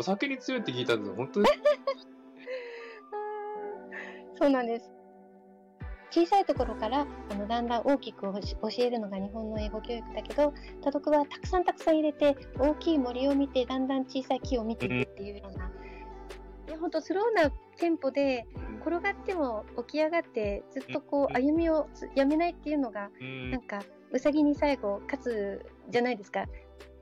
酒に強いって聞いたんですよ。本当ですか？ そうなんです。小さいところからだんだん大きく教えるのが日本の英語教育だけど、多読はたくさん入れて、大きい森を見てだんだん小さい木を見ていくっていうような、本当スローなテンポで転がっても起き上がってずっとこう歩みをやめないっていうのが、なんかうさぎに最後勝つじゃないですか。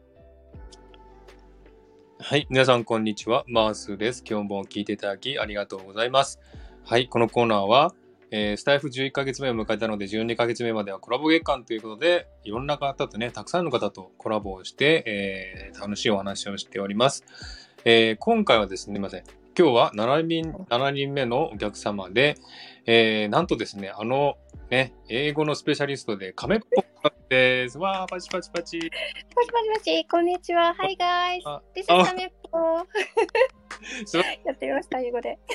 はい、皆さんこんにちは、マースです。今日も聞いていただきありがとうございます。はい、このコーナーは、スタイフ11ヶ月目を迎えたので、12ヶ月目まではコラボ月間ということで、いろんな方とね、たくさんの方とコラボをして、楽しいお話をしております。今回はですね、すみません。今日は7人目のお客様で、なんとですね、英語のスペシャリストで亀っぽさんです。わー、パチパチパチ。 パチパチパチ、こんにちは。Hi guys. This is 亀っぽ。やってみました、英語で。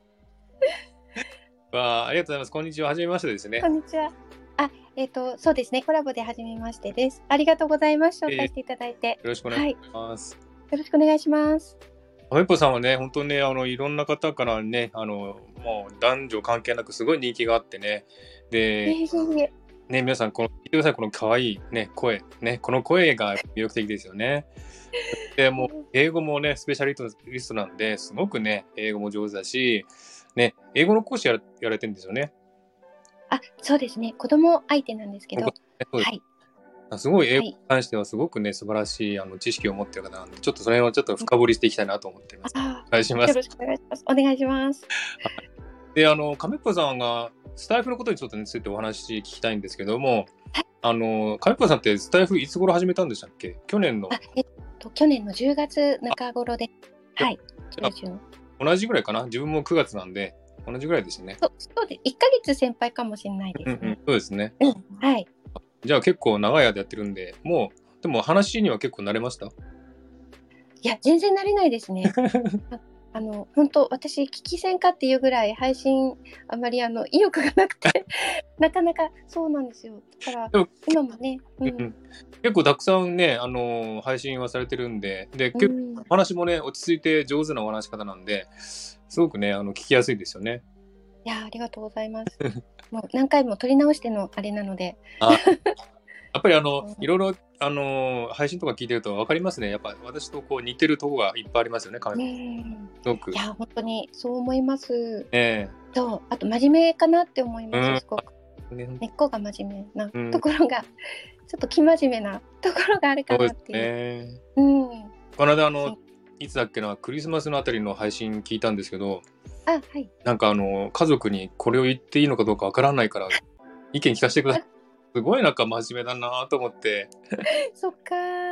ありがとうございます。こんにちは。はじめましてですね。 こんにちは。そうですね。コラボではじめましてです。ありがとうございます。紹介していただいて。 よろしくお願いします。 よろしくお願いします。 亀っぽさんはね、本当にね、いろんな方からね、もう男女関係なくすごい人気があってね。で、ね、皆さん、聞いてください。この可愛いね、声。ね、この声が魅力的ですよね。で、もう、英語もね、スペシャリストなんで、すごくね、英語も上手だし、ね、英語の講師やられてるんですよね。 そうですね。子供相手なんですけど。はい。 すごい英語に関してはすごくね、素晴らしい知識を持っている方なんで、ちょっとそれをちょっと深掘りしていきたいなと思っています。お願いします。 よろしくお願いします。お願いします。 で、亀っぽさんがスタイフのことにちょっとについてお話聞きたいんですけども、亀っぽさんってスタイフいつ頃始めたんでしたっけ？去年の。 去年の10月中頃で。はい。 同じぐらいかな。自分も9月なんで、同じぐらいですね。 そうです。1ヶ月先輩かもしれないですね。 そうですね。 はい。 じゃあ結構長い間やってるんで、もう、でも話には結構慣れました？ いや、全然慣れないですね。本当私、聞き戦かっていうぐらい配信、あまり意欲がなくて、なかなかそうなんですよ。だから、今もね、 結構たくさんね、配信はされてるんで、結構お話もね、落ち着いて上手なお話し方なんで、すごくね、聞きやすいですよね。 いや、ありがとうございます。もう何回も撮り直してのあれなので。 やっぱりいろいろ配信とか聞いてると分かりますね。やっぱ私とこう似てるところがいっぱいありますよね、すごく。 いや、本当にそう思います。そう、あと真面目かなって思います、すごく。根っこが真面目なところが、ちょっと生真面目なところがあるかなっていう。 この間いつだっけな、クリスマスのあたりの配信聞いたんですけど、 はい。 なんか家族にこれを言っていいのかどうかわからないから意見聞かせてください。すごいなんか真面目だなと思って。 そっか、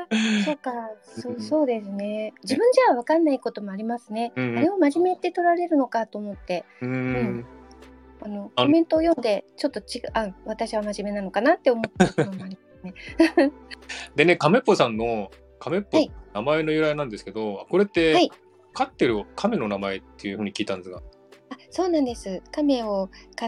そうですね。自分じゃ分かんないこともありますね。あれを真面目って取られるのかと思って。コメントを読んでちょっと私は真面目なのかなって思ったのもありますね。 でね、亀っぽさんの亀っぽ名前の由来なんですけど、これって、飼ってる亀の名前っていうふうに聞いたんですが。 そうなんです。亀を飼って、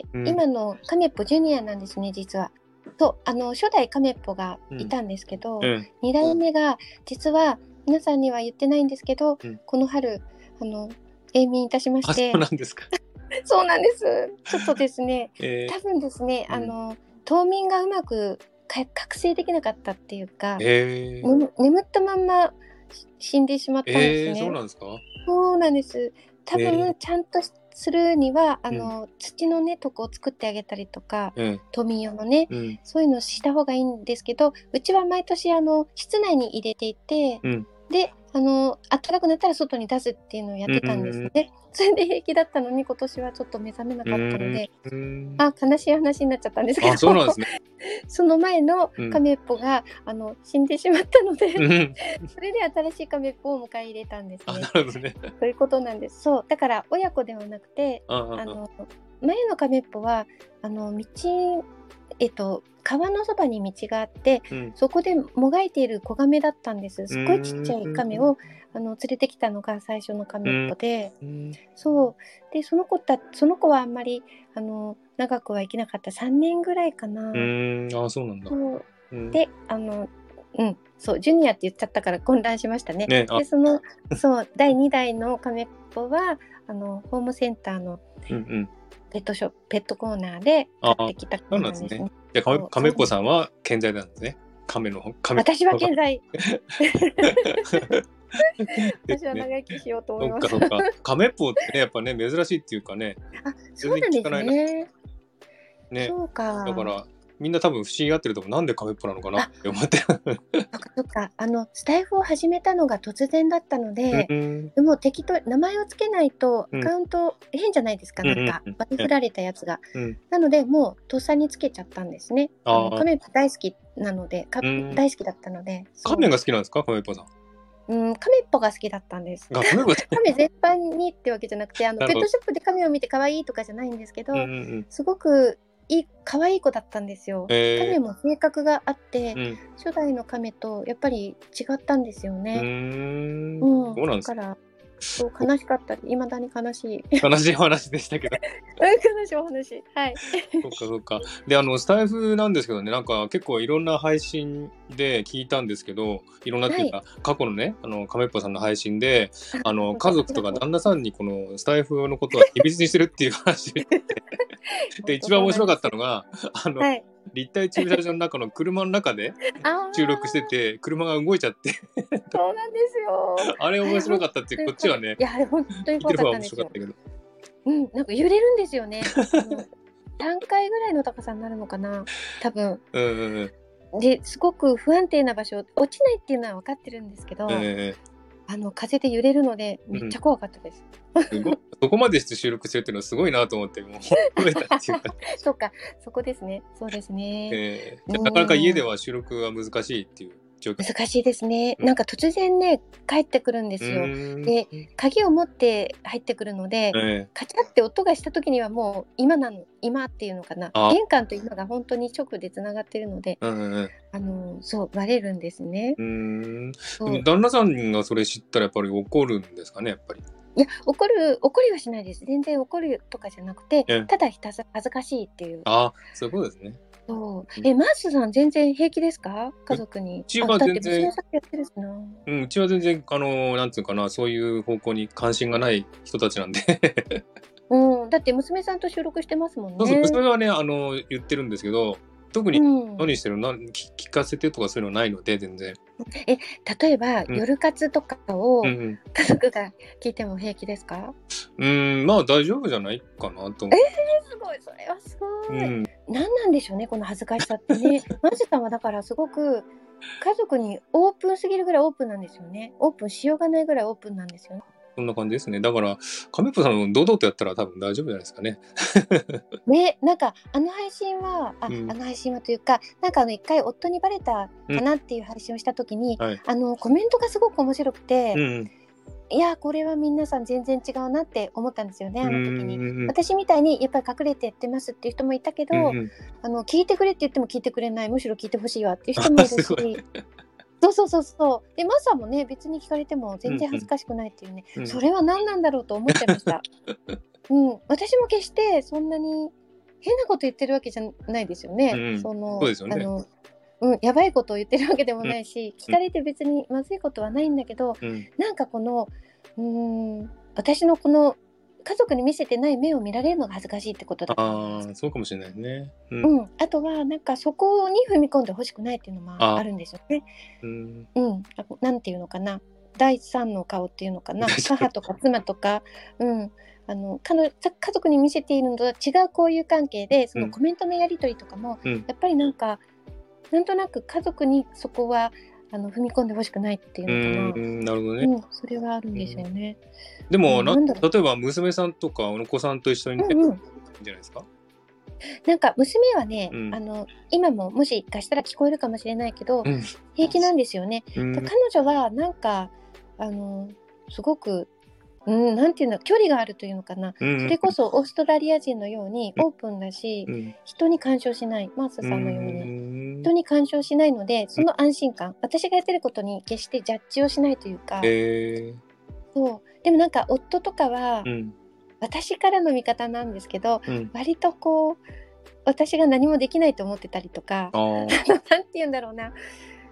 今の亀っぽジュニアなんですね、実は。初代亀っぽがいたんですけど、2代目が実は皆さんには言ってないんですけど、この春永眠いたしまして。 そうなんですか。 そうなんです。ちょっとですね、多分ですね、冬眠がうまく覚醒できなかったっていうか、眠ったまんま死んでしまったんですね。 そうなんですか？ そうなんです。多分ちゃんとするには土のねとこを作ってあげたりとか、冬眠用のね、そういうのした方がいいんですけど、うちは毎年室内に入れていて、で暖かくなったら外に出すっていうのをやってたんですね。それで平気だったのに今年はちょっと目覚めなかったので、悲しい話になっちゃったんですけど、 そうなんですね。 その前の亀っぽが死んでしまったので、それで新しい亀っぽを迎え入れたんですね。 なるほどね。 そういうことなんです。そうだから親子ではなくて、前の亀っぽは川のそばに道があって、そこでもがいている子亀だったんです。すっごいちっちゃい亀を連れてきたのが最初の亀っぽで、そうでその子はあんまり長くは生きなかった。3年ぐらいかな。 そうなんだ。 でそうジュニアって言っちゃったから混乱しましたね。 ね、 でそう第2代のカメッポはホームセンターのペットコーナーで買ってきたそうなんですね。じゃあカメッポさんは健在なんですね。 私は健在。私は長生きしようと思います。 そっか。カメッポってね、やっぱね、珍しいっていうかね。 そうなんですね。 ね。 そうか。 だから、みんな多分不思議がってると思う。なんでカメッポなのかなって思って。そっか。スタイフを始めたのが突然だったので、でも適当名前をつけないとアカウント変じゃないですか、なんかバズられたやつが。なので、もうとっさにつけちゃったんですね。カメッポ大好きなので、大好きだったので。 カメが好きなんですか、カメッポさん。 カメッポが好きだったんです。カメ全般にってわけじゃなくて、ペットショップでカメを見て可愛いとかじゃないんですけど、すごく可愛い子だったんですよ。カメも性格があって、初代のカメとやっぱり違ったんですよね。そうなんです。だから悲しかったり、未だに悲しいお話でしたけど。 悲しいお話。はい。 そうか。で、スタイフなんですけどね、なんか結構いろんな配信で聞いたんですけど、いろんなっていうか、過去のね、カメッポさんの配信で、家族とか旦那さんにこのスタイフのことは秘密にしてるっていう話で、一番面白かったのが、立体駐車場の中の車の中で収録してて、車が動いちゃって。 そうなんですよ。 あれ面白かったって、こっちはね。 いや、あれ本当に怖かったんですよ。なんか揺れるんですよね。3階ぐらいの高さになるのかな、多分。ですごく不安定な場所、落ちないっていうのは分かってるんですけど、風で揺れるのでめっちゃ怖かったです。 そこまでして収録してるっていうのはすごいなと思って、もう褒めたっていうか。 そうか、そこですね。そうですね。 なかなか家では収録が難しいっていう状況。 難しいですね。なんか突然ね、帰ってくるんですよ。で、鍵を持って入ってくるので、カチャって音がした時にはもう今っていうのかな。玄関と今が本当に直でつながってるので、そうバレるんですね。 旦那さんがそれ知ったらやっぱり怒るんですかね、やっぱり。 いや、怒りはしないです。全然怒るとかじゃなくて、ただひたすら恥ずかしいっていう。 そういうことですね。 マースさん全然平気ですか？家族に。 うちは全然、 うちは全然なんていうかな、そういう方向に関心がない人たちなんで。 だって娘さんと収録してますもんね。 そう娘はね、言ってるんですけど、特に何してるの、聞かせてとかそういうのないので、全然。 例えば、夜活とかを家族が聞いても平気ですか？ まあ大丈夫じゃないかなと思う。 すごい、それはすごい。何なんでしょうね、この恥ずかしさってね。マジさんはだからすごく家族にオープンすぎるぐらいオープンなんですよね。オープンしようがないぐらいオープンなんですよね。 そんな感じですね。だから、カメッポさん堂々とやったら多分大丈夫じゃないですかね。 ね、なんか配信は配信はというか、なんか一回夫にバレたかなっていう配信をした時に、コメントがすごく面白くて、いやこれは皆さん全然違うなって思ったんですよね、あの時に。私みたいにやっぱり隠れてやってますっていう人もいたけど、聞いてくれって言っても聞いてくれない、むしろ聞いてほしいわっていう人もいるし。そうで、マサもね、別に聞かれても全然恥ずかしくないっていうね、それは何なんだろうと思ってました。私も決してそんなに変なこと言ってるわけじゃないですよね。 そうですよね。 やばいことを言ってるわけでもないし、聞かれて別にまずいことはないんだけど、なんかこの私のこの家族に見せてない目を見られるのが恥ずかしいってことだと思います。 そうかもしれないね。 あとはなんかそこに踏み込んでほしくないっていうのもあるんですよね。なんていうのかな、第三の顔っていうのかな、母とか妻とか、家族に見せているのとは違う交友関係で、そのコメントのやり取りとかも、やっぱりなんとなく家族にそこは踏み込んでほしくないっていうのかな。 なるほどね。 それはあるんですよね。 でも例えば娘さんとかお子さんと一緒にいいんじゃないですか？ なんか娘はね、今ももしかしたら聞こえるかもしれないけど、平気なんですよね。彼女はなんかすごくなんていうの、距離があるというのかな、それこそオーストラリア人のようにオープンだし、人に干渉しない、マースさんのように人に干渉しないので、その安心感、私がやってることに決してジャッジをしないというか、でもなんか夫とかは、私からの見方なんですけど、割とこう私が何もできないと思ってたりとか、なんて言うんだろうな、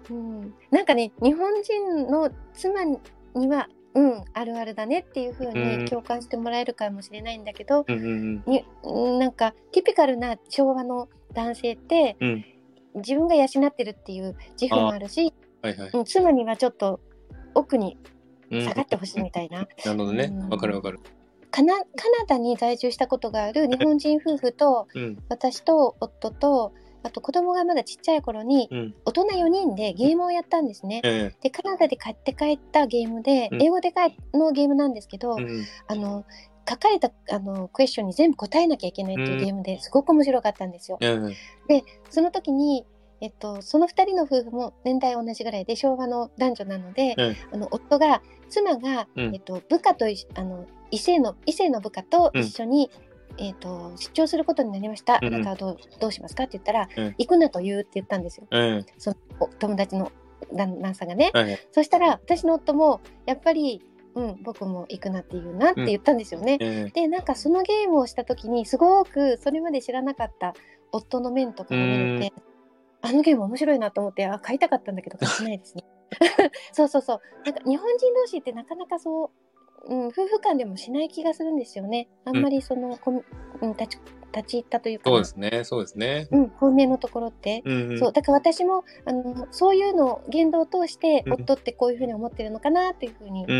なんかね、日本人の妻には、あるあるだねっていう風に共感してもらえるかもしれないんだけど、なんかティピカルな昭和の男性って、自分が養ってるっていう自負もあるし、妻にはちょっと奥に下がってほしいみたいな。 なるほどね。わかるわかる。 カナダに在住したことがある日本人夫婦と、私と夫と、あと子供がまだちっちゃい頃に、大人4人でゲームをやったんですね。で、カナダで買って帰ったゲームで、英語でのゲームなんですけど、書かれたクエスチョンに全部答えなきゃいけないっていうゲームですごく面白かったんですよ。で、その時に、その2人の夫婦も年代同じぐらいで昭和の男女なので、夫が妻が、部下と異性の部下と一緒に、出張することになりました。あなたはどうしますかって言ったら、行くなと言うって言ったんですよ。その友達の旦那さんがね。そしたら私の夫もやっぱり僕も行くなって言うなって言ったんですよね。で、なんかそのゲームをした時にすごくそれまで知らなかった夫の面とかが見れて、あのゲーム面白いなと思って、買いたかったんだけど買ってないですね。そう。なんか日本人同士ってなかなかそう、夫婦間でもしない気がするんですよね。あんまりその、立ち入ったというか、 そうですね。 本音のところって、そうだから私もそういうのを言動を通して、夫ってこういうふうに思ってるのかなっていうふうに、で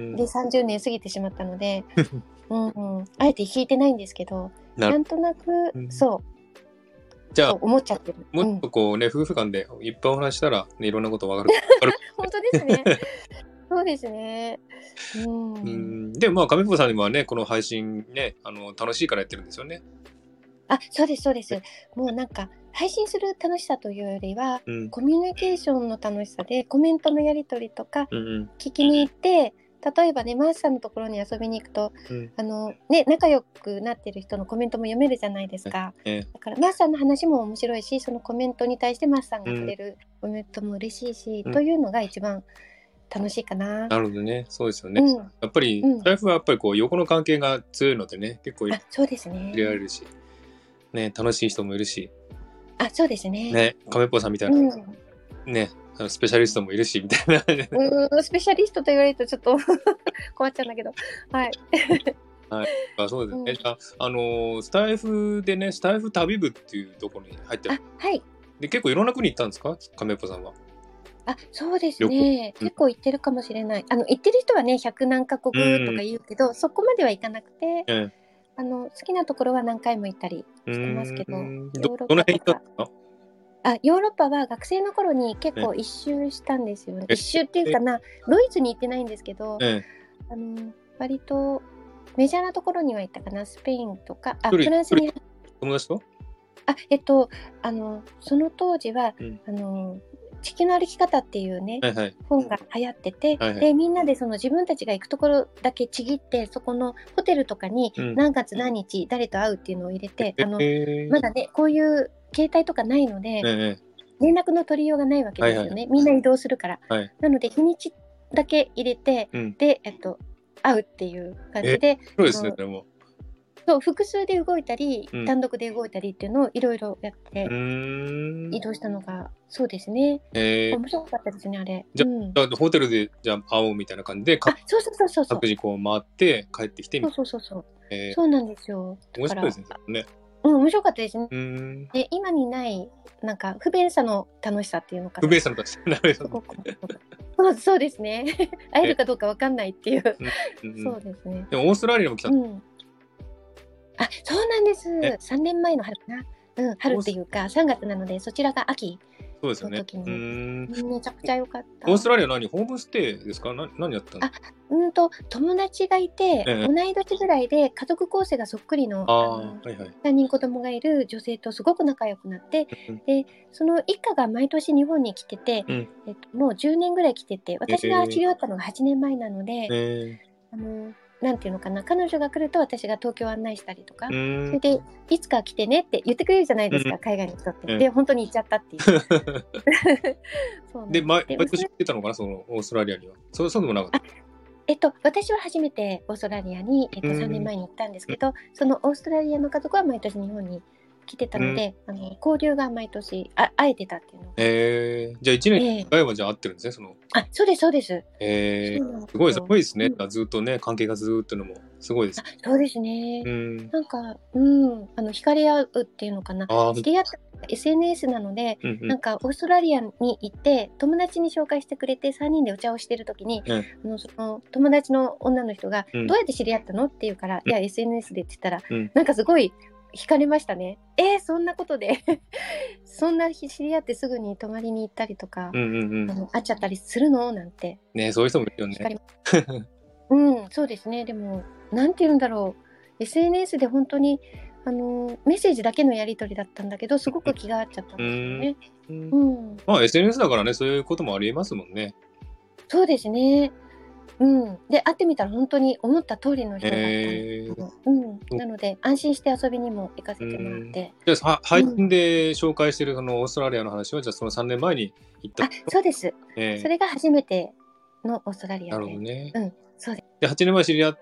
30年過ぎてしまったので、あえて聞いてないんですけど、なんとなく、 じゃあ思っちゃってる。 もっとこうね、夫婦間でいっぱいお話したら、いろんなことわかる。 本当ですね。そうですね。 で、まあ、亀坊さんにはね、この配信ね、楽しいからやってるんですよね。 そうです。もうなんか、配信する楽しさというよりは、コミュニケーションの楽しさで、コメントのやり取りとか、聞きに行って、例えばね、マースさんのところに遊びに行くと、仲良くなってる人のコメントも読めるじゃないですか。だから、マースさんの話も面白いし、そのコメントに対してマースさんがくれるコメントも嬉しいし、というのが一番楽しいかな。 なるほどね。そうですよね。やっぱり、ライフはやっぱりこう、横の関係が強いのでね、結構そうですね。 入れられるし、ね、楽しい人もいるし。 そうですね。 ね、亀坊さんみたいな、ね、スペシャリストもいるし、みたいな。 スペシャリストと言われるとちょっと困っちゃうんだけど。はい。 そうですね。じゃあ、スタイフでね、スタイフ旅部っていうところに入ってる。で、結構いろんな国行ったんですか、亀坊さんは。 そうですね。結構行ってるかもしれない。行ってる人はね、100何カ国とか言うけど、そこまでは行かなくて、好きなところは何回も行ったりしてますけど、ヨーロッパとか。 どの辺行ったんですか？ ヨーロッパは学生の頃に結構一周したんですよね。一周っていうかな、ドイツに行ってないんですけど、割とメジャーなところには行ったかな。スペインとか、フランスに。 友達と？ その当時は、地球の歩き方っていうね、本が流行ってて、でみんなでその自分たちが行くところだけちぎって、そこのホテルとかに何月何日誰と会うっていうのを入れて、まだねこういう携帯とかないので、連絡の取りようがないわけですよね。みんな移動するから。なので日にちだけ入れて、で会うっていう感じで、 そうですね。でも複数で動いたり、単独で動いたりっていうのをいろいろやって移動したのが、そうですね。面白かったですね、あれ。 じゃあ、ホテルでじゃあ会おうみたいな感じで、 そう。 各自こう回って帰ってきてみたいな。 そうなんですよ。 面白いですね。 面白かったですね。で、今にないなんか不便さの楽しさっていうのかな。 不便さの楽しさ。なるほど。そうですね。会えるかどうかわかんないっていう。そうですね。 でもオーストラリアも来た。 そうなんです。3年前の春かな。春っていうか3月なので、そちらが秋の時にめちゃくちゃ良かった。 オーストラリア何ホームステイですか？何やったの？ 友達がいて、同い年ぐらいで家族構成がそっくりの3人子供がいる女性とすごく仲良くなって、でその一家が毎年日本に来てて、もう10年ぐらい来てて、私が知り合ったのが8年前なので、なんていうのかな、彼女が来ると私が東京案内したりとか、それでいつか来てねって言ってくれるじゃないですか、海外の人って。で本当に行っちゃったっていう。 で毎年行ってたのかな、そのオーストラリアには。そうでもなかった。 私は初めてオーストラリアに、3年前に行ったんですけど、そのオーストラリアの家族は毎年日本に来てたので、交流が毎年会えてたっていうの。 じゃあ1年に1回はじゃあ会ってるんですね、その。 そうです、そうです。 すごいですね。ずっとね、関係がずっとのもすごいです。 そうですね。なんか、惹かれ合うっていうのかな。知り合った SNS なので、なんかオーストラリアに行って友達に紹介してくれて3人でお茶をしてる時に、その友達の女の人が、どうやって知り合ったのって言うから、いや SNS でって言ったら、なんかすごい惹かれましたね。そんなことでそんな知り合ってすぐに泊まりに行ったりとか、会っちゃったりするのなんて。 ね、そういう人もいるよね。 そうですね。でもなんて言うんだろう。SNS で本当にメッセージだけのやり取りだったんだけど、すごく気が合っちゃったんですよね。 まあ SNS だからね、そういうこともありえますもんね。 そうですね。で、会ってみたら本当に思った通りの人だったんですけど、なので安心して遊びにも行かせてもらって。 じゃあ配信で紹介してるそのオーストラリアの話は、じゃあその3年前に行った。 そうです。それが初めてのオーストラリアで。 なるほどね。 そうです。 で、8年前知り合って、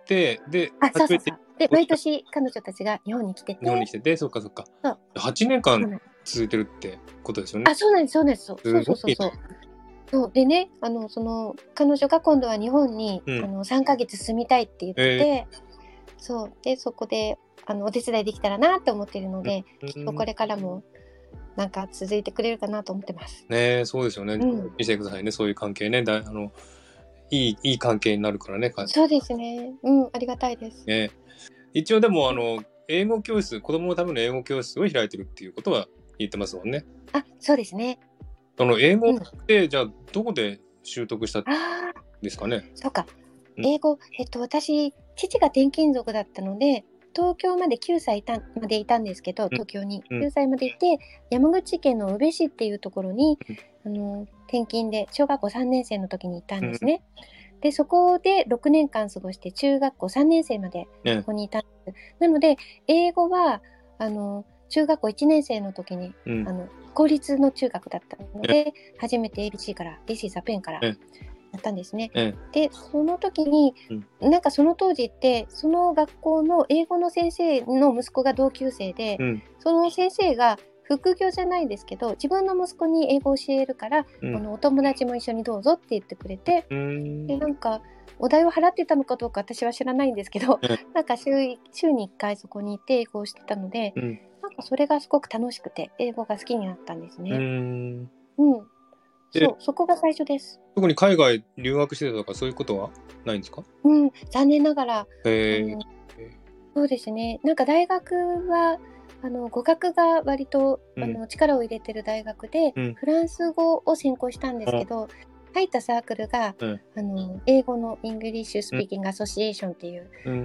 で、 そう。で、毎年彼女たちが日本に来てて。 そっか。8年間続いてるってことですよね。 そうなんです、そうなんです。そうでね、その彼女が今度は日本に、3ヶ月住みたいって言ってて、でそこでお手伝いできたらなって思ってるので、きっとこれからもなんか続いてくれるかなと思ってます。 ね、そうですよね。見せてくださいね、そういう関係ね。いい関係になるからね。 そうですね。ありがたいです。 ね、一応でも英語教室、子供のための英語教室を開いてるっていうことは言ってますもんね。 そうですね。 英語って、じゃあどこで習得したんですかね。 そうか。英語、私、父が転勤族だったので、東京まで9歳までいたんですけど、東京に9歳までいて、山口県の宇部市っていうところに、転勤で小学校3年生の時に行ったんですね。で、そこで6年間過ごして、中学校3年生までここにいたんです。なので、英語は、中学校1年生の時に、公立の中学だったので、初めて ABC から、This is a pen からやったんですね。で、その時に、なんかその当時って、その学校の英語の先生の息子が同級生で、その先生が副業じゃないですけど、自分の息子に英語を教えるから、お友達も一緒にどうぞって言ってくれて、で、なんか、お代を払ってたのかどうか私は知らないんですけど、なんか週に1回そこに行って英語をしてたので、なんかそれがすごく楽しくて、英語が好きになったんですね。そこが最初です。 特に海外留学してたとかそういうことはないんですか？ 残念ながら。そうですね。なんか大学は、語学が割と、力を入れてる大学で、フランス語を専攻したんですけど、入ったサークルが、英語のイングリッシュスピーキングアソシエーションっていう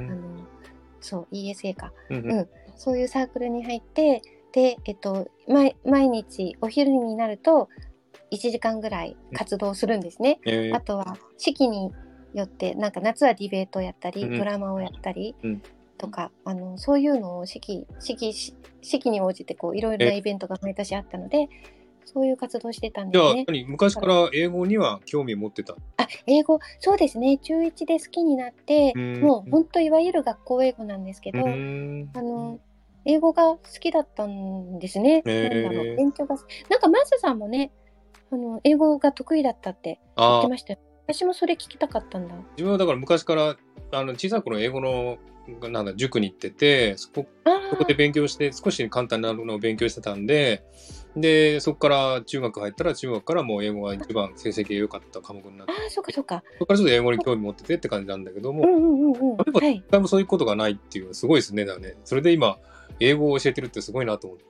、ESA か。そういうサークルに入って、で、毎日お昼になると1時間ぐらい活動するんですね。あとは四季によって、なんか夏はディベートをやったり、ドラマをやったりとか、そういうのを四季に応じてこういろいろなイベントが毎年あったので、そういう活動してたんですね。 じゃあ昔から英語には興味を持ってた？ 英語、そうですね。中1で好きになって、もう本当いわゆる学校英語なんですけど、英語が好きだったんですね。勉強が。なんかマースさんもね、英語が得意だったって言ってましたよ。私もそれ聞きたかったんだ。 自分はだから昔から小さい頃英語の塾に行ってて、そこで勉強して、少し簡単なのを勉強してたんで、そこから中学入ったら、中学からもう英語が一番成績が良かった科目になって、 そっか。 そこからちょっと英語に興味持っててって感じなんだけども、例えば一回もそういうことがないっていうのはすごいですね。だね。それで今英語を教えてるってすごいなと思って。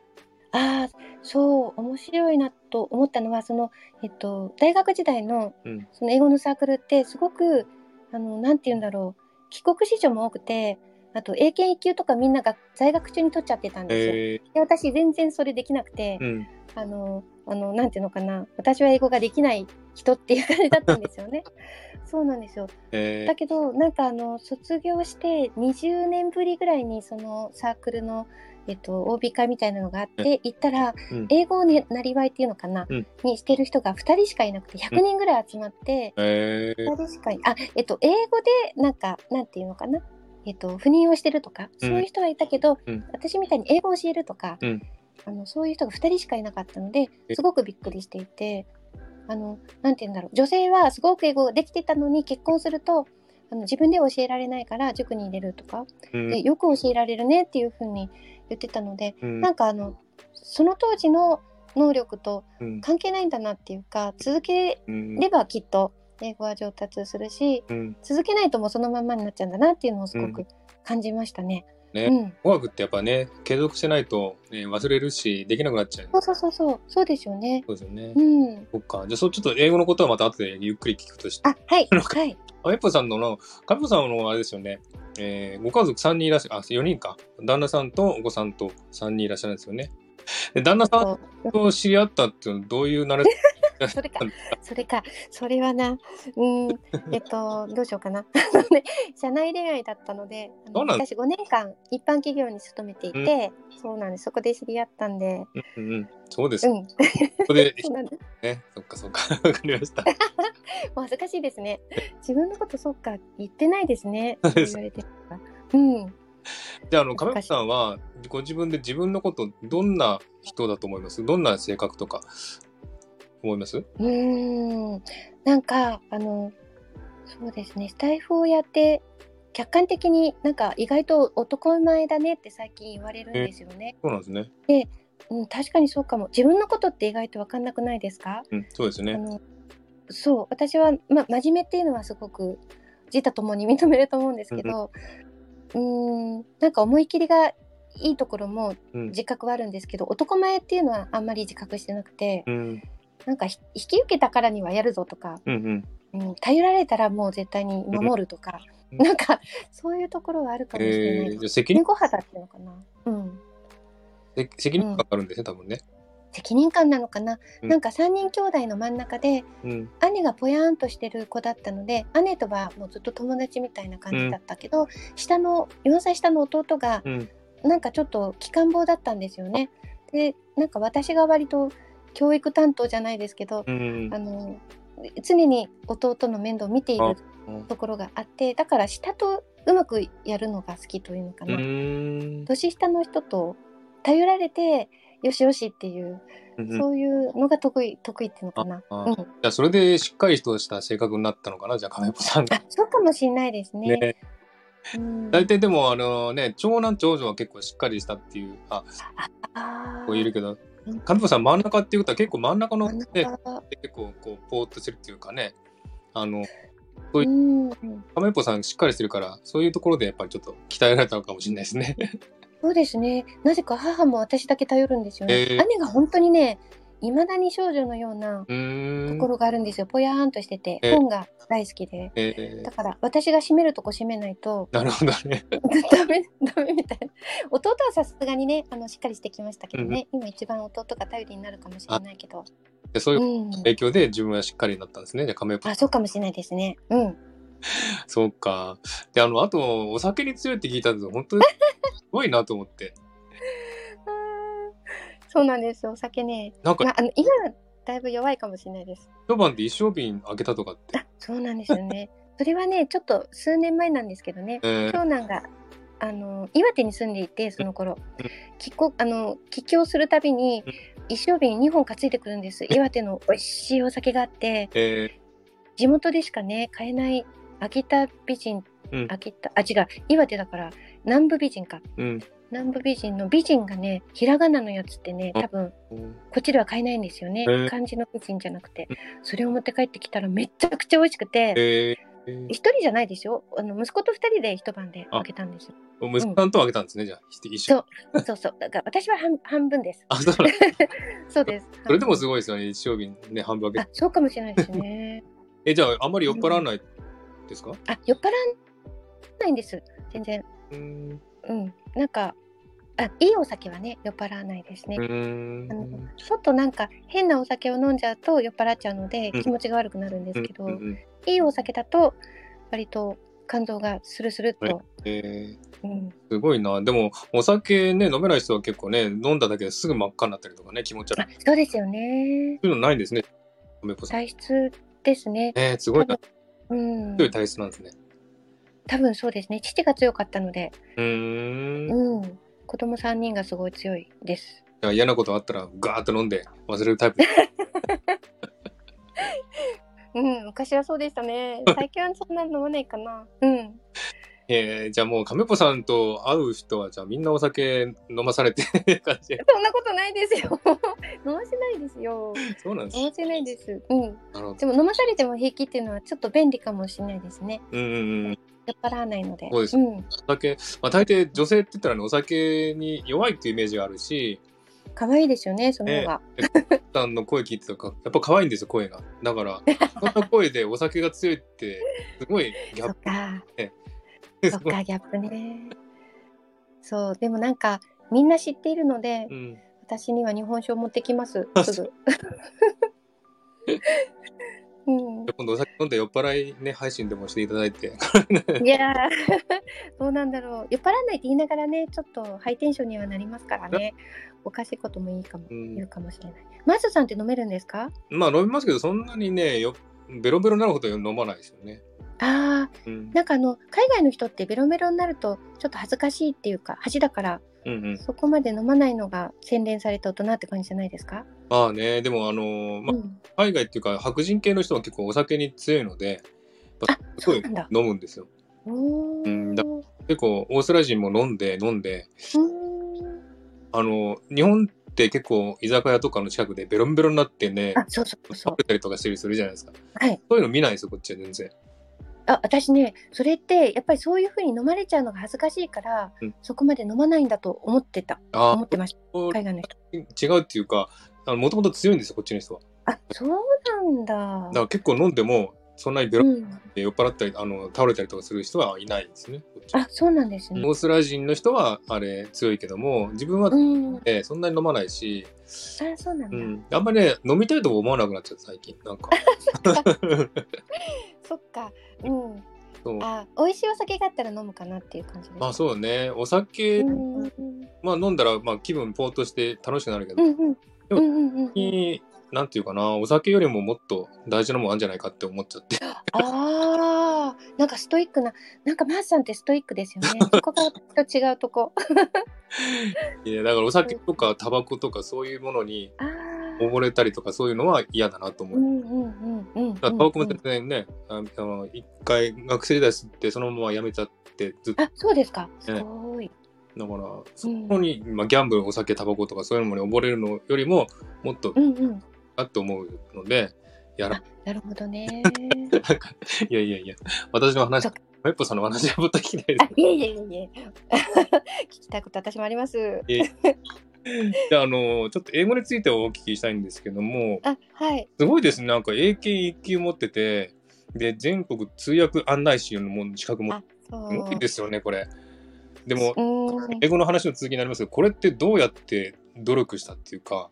そう、面白いなと思ったのは、大学時代のその英語のサークルってすごくなんて言うんだろう、帰国子女も多くて、あと英検1級とかみんなが在学中に取っちゃってたんですよ。で、私全然それできなくて、なんていうのかな、私は英語ができない人っていう感じだったんですよね。そうなんですよ。だけどなんか卒業して20年ぶりぐらいにそのサークルのOB 会みたいなのがあって行ったら、英語をね、なりわいっていうのかな、にしてる人が2人しかいなくて100人ぐらい集まって、2人しか英語でなんていうのかな、 赴任をしてるとか、 うんそういう人はいたけど、 うん私みたいに英語を教えるとか、 うんそういう人が2人しかいなかったので、すごくびっくりしていて、なんて言うんだろう、女性はすごく英語ができてたのに結婚すると自分で教えられないから塾に入れるとか、 うんでよく教えられるねっていう風に言ってたので、 うんなんかその当時の能力とうん関係ないんだなっていうか、続けうんればきっと英語は上達するし、 うん続けないともうそのまんまになっちゃうんだなっていうのをすごうく感じましたね。 ね、 うん。 語学ってやっぱね、継続してないと、ね、忘れるし、できなくなっちゃう。 そうですよね。 そうですよね。 うん。 そっか。じゃあ、ちょっと英語のことはまた後でゆっくり聞くとして。 はい亀はい。 っぽさんの、亀っぽさんのあれですよね。ご家族3人いらっしゃる、4人か。旦那さんとお子さんと3人いらっしゃるんですよね。で、旦那さんと知り合ったっていうのはどういう慣れそれはな、どうしようかな。社内恋愛だったので、私5年間一般企業に勤めていて、そうなんです。そこで知り合ったんで。 そうです。そこで、ね、そっか。わかりました。 恥ずかしいですね。自分のことそっか言ってないですね。そう言われてるから。うん。 じゃあ、亀本さんはご自分で自分のことどんな人だと思います？どんな性格とか思います？ なんかそうですね、スタイフをやって客観的になんか意外と男前だねって最近言われるんですよね。 そうなんですね。 で、確かにそうかも。自分のことって意外と分かんなくないですか？ そうですね。 そう私は、真面目っていうのはすごく自他ともに認めると思うんですけど、なんか思い切りがいいところも自覚はあるんですけど、男前っていうのはあんまり自覚してなくて、なんか引き受けたからにはやるぞとか、頼られたらもう絶対に守るとか、なんかそういうところはあるかもしれない。 じゃあ責任猫肌っていうのかな。 責任感があるんですね、多分ね。 責任感なのかな、なんか3人兄弟の真ん中で、姉がぽやーんとしてる子だったので、姉とはもうずっと友達みたいな感じだったけど、4歳下の弟が、なんかちょっと気管棒だったんですよね。で、なんか私が割と教育担当じゃないですけど、常に弟の面倒を見ているところがあって、だから下とうまくやるのが好きというのかな。年下の人と頼られてよしよしっていう、そういうのが得意っていうのかな。 じゃあそれでしっかりとした性格になったのかな、じゃあ亀子さんが。 そうかもしれないですね。 大体でも長男長女は結構しっかりしたっていう子いるけど、亀子さん真ん中っていうことは結構真ん中のね、結構こうポーっとしてるっていうかね、そういう亀子さんしっかりしてるから、そういうところでやっぱりちょっと鍛えられたのかもしれないですね。 そうですね。なぜか母も私だけ頼るんですよね。姉が本当にね、未だに少女のようなところがあるんですよ。ぽやーんとしてて、本が大好きで。だから私が閉めるとこ閉めないと。 なるほどね。 ダメみたいな。弟はさすがにね、しっかりしてきましたけどね。今一番弟が頼りになるかもしれないけど。 そういう影響で自分はしっかりになったんですね。じゃあ亀子。 そうかもしれないですね。 そうか。で、あと、お酒に強いって聞いたんですよ。本当にすごいなと思って。 そうなんですよ。お酒ね。今はだいぶ弱いかもしれないです。 一晩で一升瓶開けたとかって。 そうなんですよね。それはね、ちょっと数年前なんですけどね。長男が岩手に住んでいて、その頃、帰郷するたびに一升瓶2本担いでくるんです。岩手の美味しいお酒があって、地元でしかね買えない秋田美人、違う、岩手だから南部美人か、南部美人の美人がね、ひらがなのやつってね、多分こっちでは買えないんですよね。漢字の美人じゃなくて、それを持って帰ってきたらめちゃくちゃ美味しくて、一人じゃないですよ。息子と二人で一晩で開けたんですよ。 息子さんと開けたんですね、じゃあ一緒。 そう。だから私は半分です。そうです。 それでもすごいですよね、一升瓶ね、半分開けて。 そうかもしれないですね。 じゃああんまり酔っ払わないですか？ 酔っ払わないんです、全然。なんかいいお酒はね酔っ払わないですね。ちょっとなんか変なお酒を飲んじゃうと酔っ払っちゃうので気持ちが悪くなるんですけど、いいお酒だと割と肝臓がスルスルっと。 すごいな。でもお酒ね飲めない人は結構ね、飲んだだけですぐ真っ赤になったりとかね、気持ち悪い。 そうですよね。 そういうのないんですね。 体質ですね。 すごいな。強い体質なんですね。 多分そうですね。父が強かったので、 うーん。 うん。子供3人がすごい強いです。 嫌なことあったらガーッと飲んで忘れるタイプ。 うん、昔はそうでしたね。最近はそんな飲まないかな。うん。 じゃあもう亀子さんと会う人はじゃあみんなお酒飲まされて感じで。 そんなことないですよ。飲ませないですよ。 そうなんです。 飲ませないです。うん。 なるほど。 でも飲まされても平気っていうのはちょっと便利かもしれないですね。 うんうんうん。 酔っ払わないので。 そうです。 うん。 お酒、大抵女性って言ったらね、お酒に弱いっていうイメージがあるし、 可愛いですよね、その方が。 さんの声聞いてたらやっぱ可愛いんですよ、声が。だからそんな声でお酒が強いってすごいギャップ。 そっか。 ねそっか、ギャップね。そう、でもなんかみんな知っているので、 うん。 私には日本酒を持ってきます。すぐ。うん。 今度お酒飲んで酔っ払いね配信でもしていただいて。 いやー、どうなんだろう。酔っ払わないって言いながらね、ちょっとハイテンションにはなりますからね。おかしいこともいいかも、言うかもしれない。マーズさんって飲めるんですか？ まあ飲みますけど、そんなにね、ベロベロになるほど飲まないですよね。 ああ、なんか海外の人ってベロベロになるとちょっと恥ずかしいっていうか、恥だから、そこまで飲まないのが洗練された大人って感じじゃないですか？ まあね、でも海外っていうか白人系の人は結構お酒に強いので、すごい飲むんですよ。結構オーストラリア人も飲んで、日本って結構居酒屋とかの近くでベロンベロになってね、食べたりとかしたりするじゃないですか。そういうの見ないですよ、こっちは全然。 私ね、それってやっぱりそういう風に飲まれちゃうのが恥ずかしいから、そこまで飲まないんだと思ってました。海外の人。 違うっていうか、もともと強いんですよ、こっちの人は。 そうなんだ。 だから結構飲んでも、そんなにベロで酔っ払ったり、倒れたりとかする人はいないんですね。 そうなんですね。 オーストラリア人の人はあれ強いけども、自分は、そんなに飲まないし、 そうなんだ。あんまりね、飲みたいとも思わなくなっちゃった、最近。なんか。 そっか。美味しいお酒があったら飲むかなっていう感じです。 まあそうね。お酒、まあ飲んだら、まあ気分ポーっとして楽しくなるけど、でも、なんていうかな、お酒よりももっと大事なもんあるんじゃないかって思っちゃって。 なんかストイックな、なんかマースさんってストイックですよね。そこがと違うとこ。 いや、だからお酒とかタバコとかそういうものに溺れたりとかそういうのは嫌だなと思う。タバコも全然ね、一回学生時代吸ってそのままやめちゃってずっと。 そうですか。すごい。 だからそこに、ギャンブル、お酒、タバコとかそういうのに溺れるのよりももっとあって思うのでやら。 なるほどね。 いや、私の話、メッポさんの話はもっと聞きたいです。 いえ。聞きたいこと私もあります。 じゃあ、ちょっと英語についてお聞きしたいんですけども、すごいですね。なんか英検1級持ってて、で、全国通訳案内士の資格も、すごいですよね、これ。でも、英語の話の続きになりますけど、これってどうやって努力したっていうか。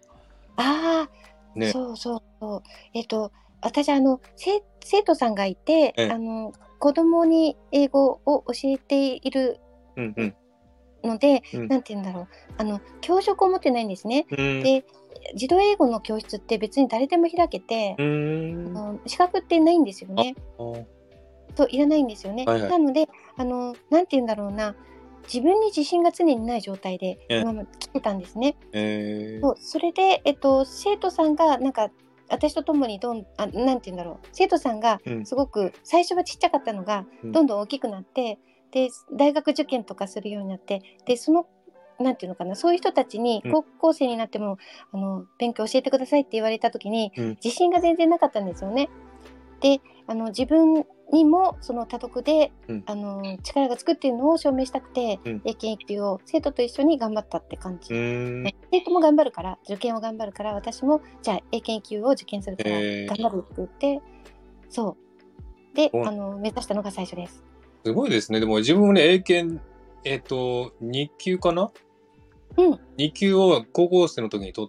そう。私、生徒さんがいて、子供に英語を教えているので、なんて言うんだろう。教職を持ってないんですね。で、児童英語の教室って別に誰でも開けて、資格ってないんですよね。いらないんですよね。なので、なんて言うんだろうな。自分に自信が常にない状態で今まで来てたんですね。それで、生徒さんがなんか私と共になんて言うんだろう、生徒さんがすごく最初はちっちゃかったのがどんどん大きくなって、で大学受験とかするようになって、でなんていうのかな、そういう人たちに高校生になっても勉強教えてくださいって言われた時に自信が全然なかったんですよね。で自分にもその多読で、力がつくっていうのを証明したくて、英検1級を生徒と一緒に頑張ったって感じ。生徒も頑張るから、受験を頑張るから、私もじゃあ英検1級を受験するから頑張るって言って、そうで目指したのが最初です。 すごいですね。でも自分もね、英検2級かな、2級を高校生の時に取って、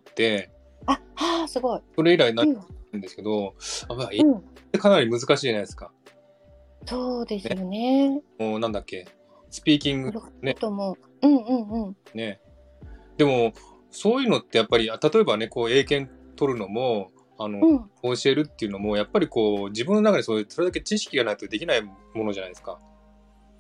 すごい。 それ以来になるんですけど、かなり難しいじゃないですか。 そうですよね。 もうなんだっけ、スピーキングね。ね。でもそういうのってやっぱり例えばね、こう英検取るのも教えるっていうのもやっぱりこう自分の中でそれだけ知識がないとできないものじゃないですか。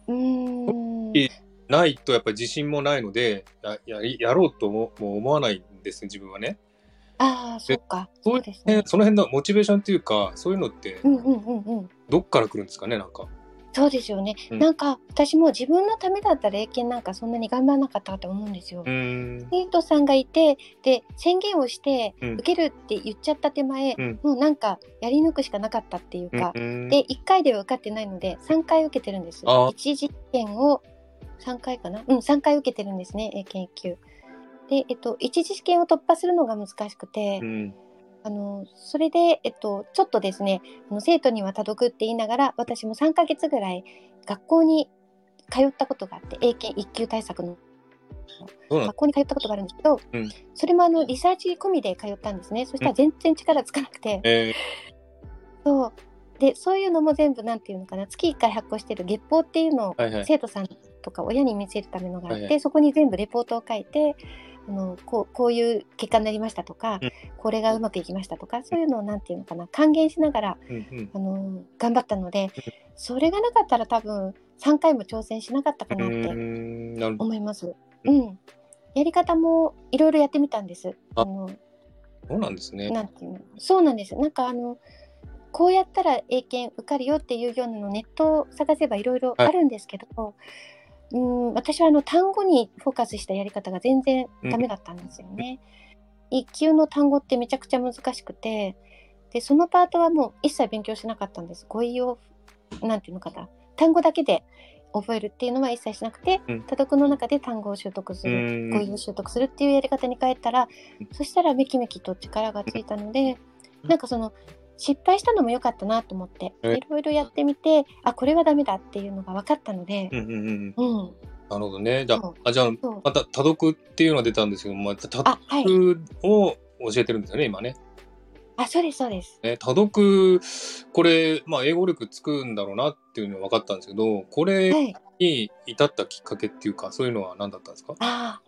うーん。 ないとやっぱり自信もないので、やろうともう思わないんですね、自分はね。 ああ、そで、 うか。そうですね。 その辺のモチベーションっていうか、そういうのってうんうんうんうん。 どっから来るんですかね、なんか。 そうですよね。 うん。 なんか私も自分のためだったら英検なんかそんなに頑張らなかったと思うんですよ。生徒さんがいて、で、宣言をしてうん受けるって言っちゃった手前、 うん。 もうなんかやり抜くしかなかったっていうか、 うん。 で、1回では受かってないので3回受けてるんです。 ああ。 一次試験を3回かな、3回受けてるんですね、英検1級。で、一次試験を突破するのが難しくて、 うん。 それで、ちょっとですね、生徒には多読って言いながら、私も3ヶ月ぐらい学校に通ったことがあって、英検1級対策のそうなん学校に通ったことがあるんですけど、 うん。 それもリサーチ込みで通ったんですね。そしたら全然力つかなくて、そう。で、そういうのも全部なんていうのかな、月1回発行してる月報っていうのをはいはい。 生徒さんとか親に見せるためのがあって、 はいはい。 そこに全部レポートを書いて、こういう結果になりましたとか、 うん。 これがうまくいきましたとか、そういうのをなんていうのかな、還元しながら、 うん頑張ったので、それがなかったら多分3回も挑戦しなかったかなってなるほど。 思います。うん。やり方もいろいろやってみたんです。 そうなんですね。 なんていうの、そうなんです。なんかこうやったら英検受かるよっていうようなのをネットを探せばいろいろはい。 あるんですけど、私は単語にフォーカスしたやり方が全然ダメだったんですよね。一級の単語ってめちゃくちゃ難しくて、で、そのパートはもう一切勉強しなかったんです。語彙を、なんていうのかな、単語だけで覚えるっていうのは一切しなくて、 うん。 多読の中で単語を習得する、語彙を習得するっていうやり方に変えたら、そしたらめきめきと力がついたので、なんか失敗したのも良かったなと思って、いろいろやってみて、あ、これはダメだっていうのが分かったので、 うんうんうん。 うん。 なるほどね。じゃそう。 あ、じゃあ、 そう。 また多読っていうのが出たんですけども、多あ、はい。 読を教えてるんですよね、今ね。 あ、そうですそうです。 多読、これ、まあ、英語力つくんだろうなっていうのは分かったんですけど、これはい。 に至ったきっかけっていうか、そういうのは何だったんですか？ ああ、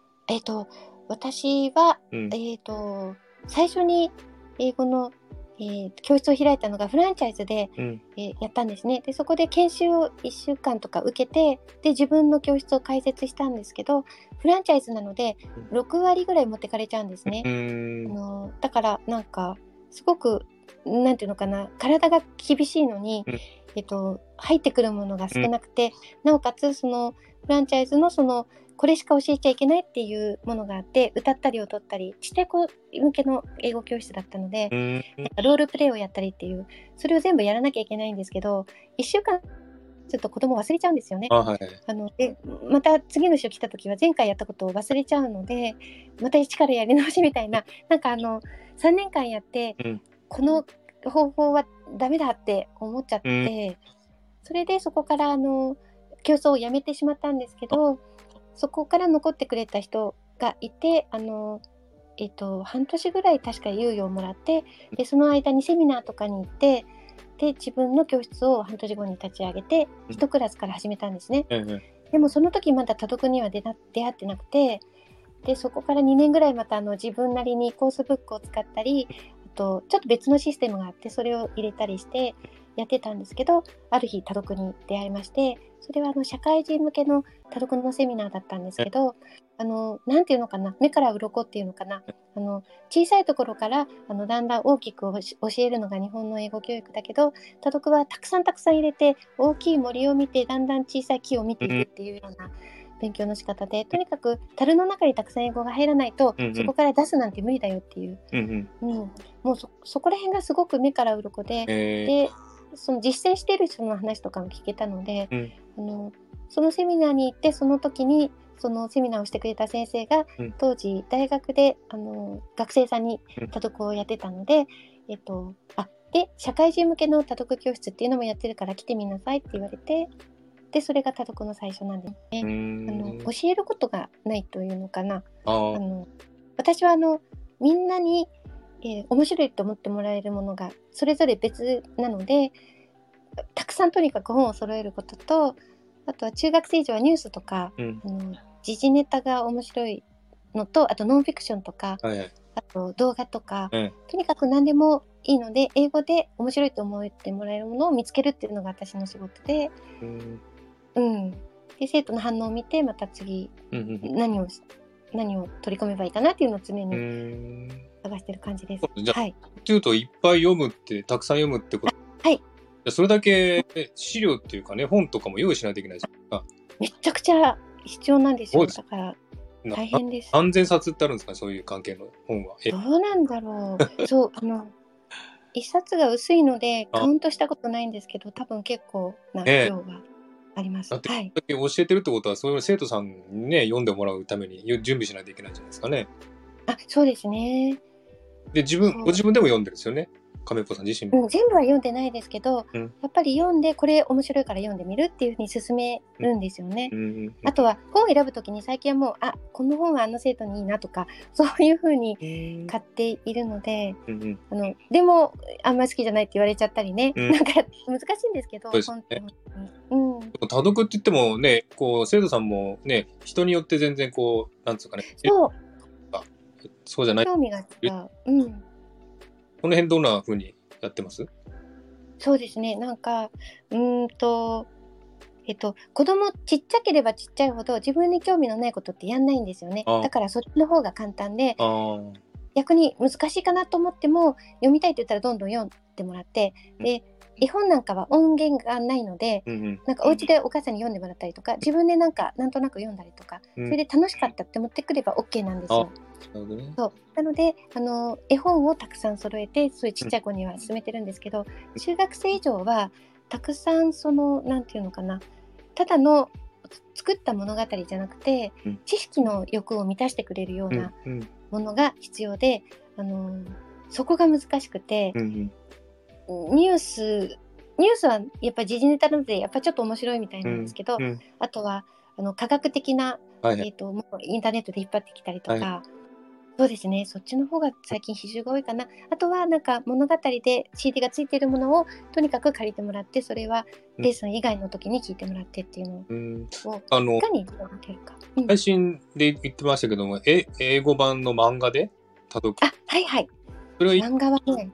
私は、 うん。 最初に英語の、教室を開いたのがフランチャイズで、 うん。 やったんですね。で、そこで研修を1週間とか受けて、で、自分の教室を開設したんですけど、フランチャイズなので、6割ぐらい持ってかれちゃうんですね。 うーん。 だからなんか、すごく、なんていうのかな、体が厳しいのに、 うん。 入ってくるものがうん。 少なくて、なおかつフランチャイズのこれしか教えちゃいけないっていうものがあって、歌ったり踊ったり、ちっちゃい子向けの英語教室だったので、 うーん。 なんかロールプレイをやったりっていう、それを全部やらなきゃいけないんですけど、1週間ちょっと子供忘れちゃうんですよね。 あ、はい。 で、また次の週来た時は前回やったことを忘れちゃうので、また一からやり直しみたいな、なんか3年間やって、 うん。 この方法はダメだって思っちゃっうん。 て、それでそこから競争をやめてしまったんですけど、そこから残ってくれた人がいて、半年ぐらい確か猶予をもらって、で、その間にセミナーとかに行って、で、自分の教室を半年後に立ち上げて、1クラスから始めたんですね。でもその時まだ多読には出会ってなくて、で、そこから2年ぐらいまた自分なりにコースブックを使ったり、ちょっと別のシステムがあって、それを入れたりしてやってたんですけど、ある日多読に出会いまして、それは社会人向けの多読のセミナーだったんですけど、なんていうのかな、目から鱗っていうのかな、小さいところからだんだん大きく教えるのが日本の英語教育だけど、多読はたくさん入れて、大きい森を見てだんだん小さい木を見ていくっていうような勉強の仕方で、とにかく樽の中にたくさん英語が入らないと、そこから出すなんて無理だよっていう、もうそこら辺がすごく目から鱗で、で、その実践している人の話とかも聞けたので、そのセミナーに行って、その時にそのセミナーをしてくれた先生が、当時大学で学生さんに多読をやってたので、で、社会人向けの多読教室っていうのもやってるから来てみなさいって言われて、で、それが多読の最初なんですね。教えることがないというのかな。私はみんなに、面白いと思ってもらえるものがそれぞれ別なので、たくさんとにかく本を揃えることと、あとは中学生以上はニュースとか、時事ネタが面白いのと、あとノンフィクションとか、あと動画とか、とにかく何でもいいので、英語で面白いと思ってもらえるものを見つけるっていうのが私の仕事で、 で生徒の反応を見てまた次何を取り込めばいいかなっていうのを常に探してる感じです。 じゃあ、っていうといっぱい読むってたくさん読むってこと。 はい。 それだけ資料っていうかね本とかも用意しないといけないじゃん。 めちゃくちゃ必要なんですよ。だから大変です。 何千冊ってあるんですかそういう関係の本は。 どうなんだろう。そう一冊が薄いのでカウントしたことないんですけど多分結構な量があります。 だって教えてるってことはそういう生徒さんにね読んでもらうために準備しないといけないじゃないですかね。 そうですね。 でご自分でも読んでるんですよね。亀っぽさん自身も。全部は読んでないですけど、やっぱり読んでこれ面白いから読んでみるっていうふうに勧めるんですよね。あとは本を選ぶときに最近はもうこの本はあの生徒にいいなとかそういうふうに買っているので、でもあんまり好きじゃないって言われちゃったりね、なんか難しいんですけど、本当に。 多読って言ってもねこう生徒さんもね人によって全然こうなんつうかねそうじゃない興味が違う。 この辺どんな風にやってます？ そうですね。なんか子供ちっちゃければちっちゃいほど自分に興味のないことってやんないんですよね。だからそっちの方が簡単で逆に難しいかなと思っても読みたいって言ったらどんどん読んでもらってで絵本なんかは音源がないので、なんかお家でお母さんに読んでもらったりとか自分でなんとなく読んだりとか、それで楽しかったって持ってくれば OK なんですよ。そうなので絵本をたくさん揃えてそういうちっちゃい子には勧めてるんですけど、中学生以上はたくさんなんていうのかなただの作った物語じゃなくて、知識の欲を満たしてくれるようなものが必要で、そこが難しくて、ニュースはやっぱり時事ネタなのでやっぱりちょっと面白いみたいなんですけど、あとは科学的な、もうインターネットで引っ張ってきたりとか、そうですねそっちの方が最近比重が多いかな。あとはなんか物語で CD がついているものをとにかく借りてもらってそれはレッスン以外の時に聞いてもらってっていうのをいかにいただけるか。 配信で言ってましたけども英語版の漫画で届く。それは漫画はね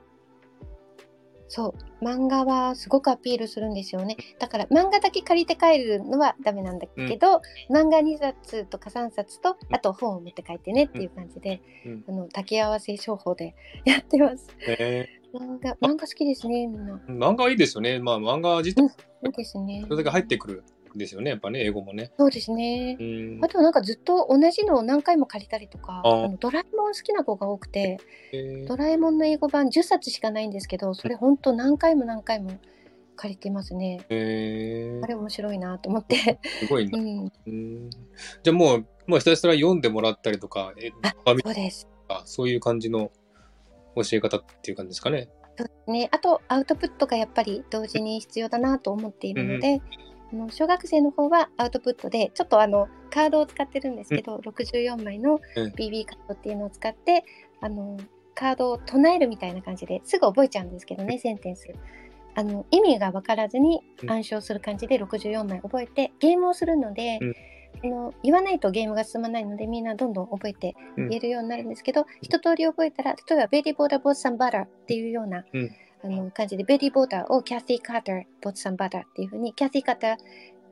そう漫画はすごくアピールするんですよね。だから漫画だけ借りて帰るのはダメなんだけど、漫画2冊とか3冊とあと本を持って帰ってねっていう感じで、掛け合わせ商法でやってます。漫画好きですねみんな。 漫画はいいですよね。漫画自体、 そうですね。 それだけ入ってくるんですよねやっぱね英語もね。 そうですね。あとなんかずっと同じのを何回も借りたりとかドラえもん好きな子が多くて、ドラえもんの英語版10冊しかないんですけどそれほんと何回も借りてますね。あれ面白いなと思ってすごいな。じゃあもうひたすら読んでもらったりとかそうです。 そういう感じの教え方っていう感じですかね。 そうですね。あとアウトプットがやっぱり同時に必要だなと思っているので、小学生の方はアウトプットでちょっとカードを使ってるんですけど、64枚の BB カードっていうのを使ってカードを唱えるみたいな感じですぐ覚えちゃうんですけどねセンテンス意味が分からずに暗唱する感じで64枚覚えてゲームをするので、言わないとゲームが進まないのでみんなどんどん覚えて言えるようになるんですけど、一通り覚えたら例えばベリーボーダーボーサンバターっていうような、感じでベリーボーダーをキャシー・カーターボーサンバターっていう風にキャシー・カーター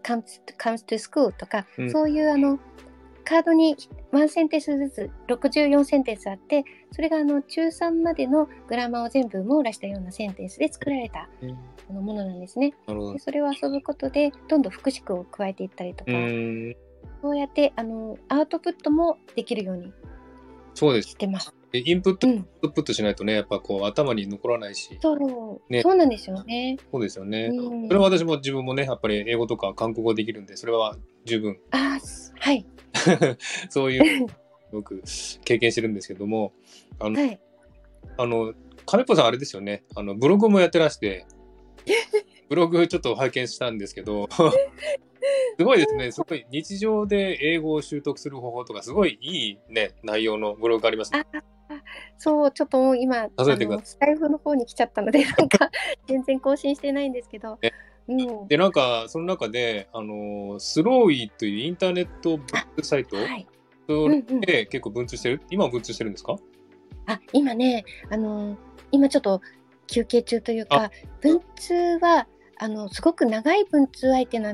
comes to school とか、そういうカードに1センテンスずつ64センテンスあってそれが中3までのグラマーを全部網羅したようなセンテンスで作られたものなんですね。でそれを遊ぶことでどんどん複式を加えていったりとかそうやってアウトプットもできるようにしてます。 インプット、アウトプットしないとねやっぱこう頭に残らないしそうなんですよね。 そうですよね。それは私も自分もねやっぱり英語とか韓国語できるんでそれは十分はいそういう僕経験してるんですけども亀っぽさんあれですよねブログもやってらしてブログちょっと拝見したんですけどすごいですね。すごい日常で英語を習得する方法とかすごいいいね内容のブログありますね。 そうちょっともう今スタイフの方に来ちゃったのでなんか全然更新してないんですけど、 でなんかその中でスローイーというインターネットブックサイト、それで結構文通してる今は文通してるんですか？ 今ね今ちょっと休憩中というか文通はすごく長い文通相手なん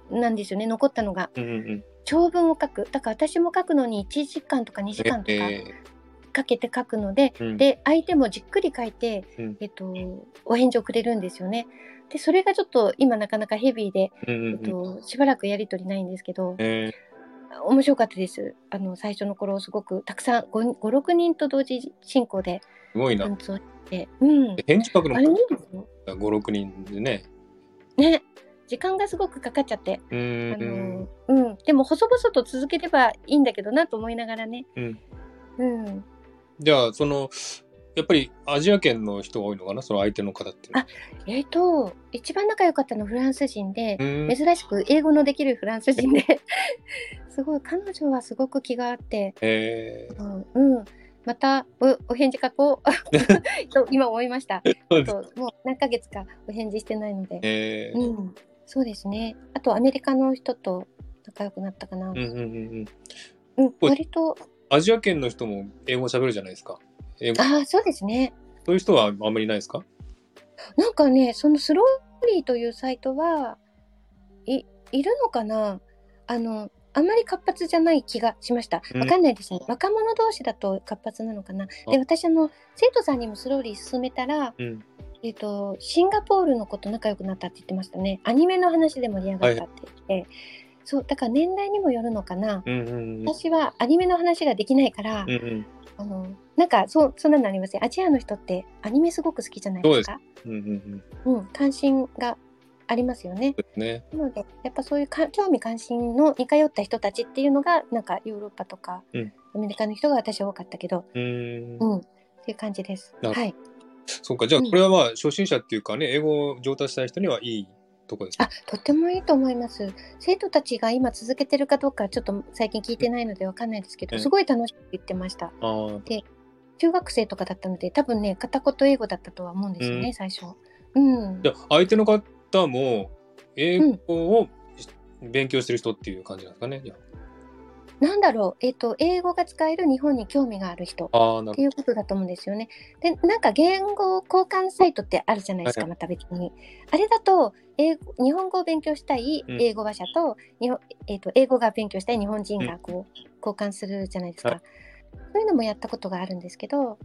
なんですよね、残ったのが。 うんうん。 長文を書く。だから私も書くのに1時間とか2時間とかかけて書くので、で、相手もじっくり書いて、お返事をくれるんですよね。で、それがちょっと今なかなかヘビーで、しばらくやり取りないんですけど、面白かったです。最初の頃すごくたくさん5、6人と同時進行で。 すごいな。 返事書くのもあれいいですよ。 5、6人でね。 ね。時間がすごくかかっちゃって。でも細々と続ければいいんだけどなと思いながらね。 じゃあ、やっぱりアジア圏の人が多いのかな、その相手の方っていうのは。 一番仲良かったのはフランス人で、珍しく英語のできるフランス人で、すごい、彼女はすごく気があって、またお返事書こうと今思いました。もう何ヶ月かお返事してないので。そうですね。あとアメリカの人と仲良くなったかな。割と。 アジア圏の人も英語喋るじゃないですか。 そうですね。 そういう人はあんまりいないですか？ なんかね、そのスローリーというサイトはいるのかな。あんまり活発じゃない気がしました。わかんないですね。若者同士だと活発なのかな。で、私生徒さんにもスローリー進めたら、シンガポールの子と仲良くなったって言ってましたね。アニメの話で盛り上がったって言って、そうだから年代にもよるのかな。私はアニメの話ができないから、なんかそんなのありません。アジアの人ってアニメすごく好きじゃないですか。関心がありますよね。なのでやっぱそういう興味関心の似通った人たちっていうのがなんかヨーロッパとか、アメリカの人が私は多かったけど、っていう感じです。はい。 そうか、じゃあこれはまあ初心者っていうかね、英語を上達したい人にはいいとこですか？ とってもいいと思います。生徒たちが今続けてるかどうかちょっと最近聞いてないのでわかんないですけど、すごい楽しく言ってました。で、中学生とかだったので多分ね、片言英語だったとは思うんですよね、最初。 じゃあ相手の方も英語を勉強してる人っていう感じなんですかね。 なんだろう、英語が使える日本に興味がある人っていうことだと思うんですよね。で、なんか言語交換サイトってあるじゃないですか、また別に。あれだと日本語を勉強したい英語話者と、英語が勉強したい日本人がこう交換するじゃないですか。そういうのもやったことがあるんですけど、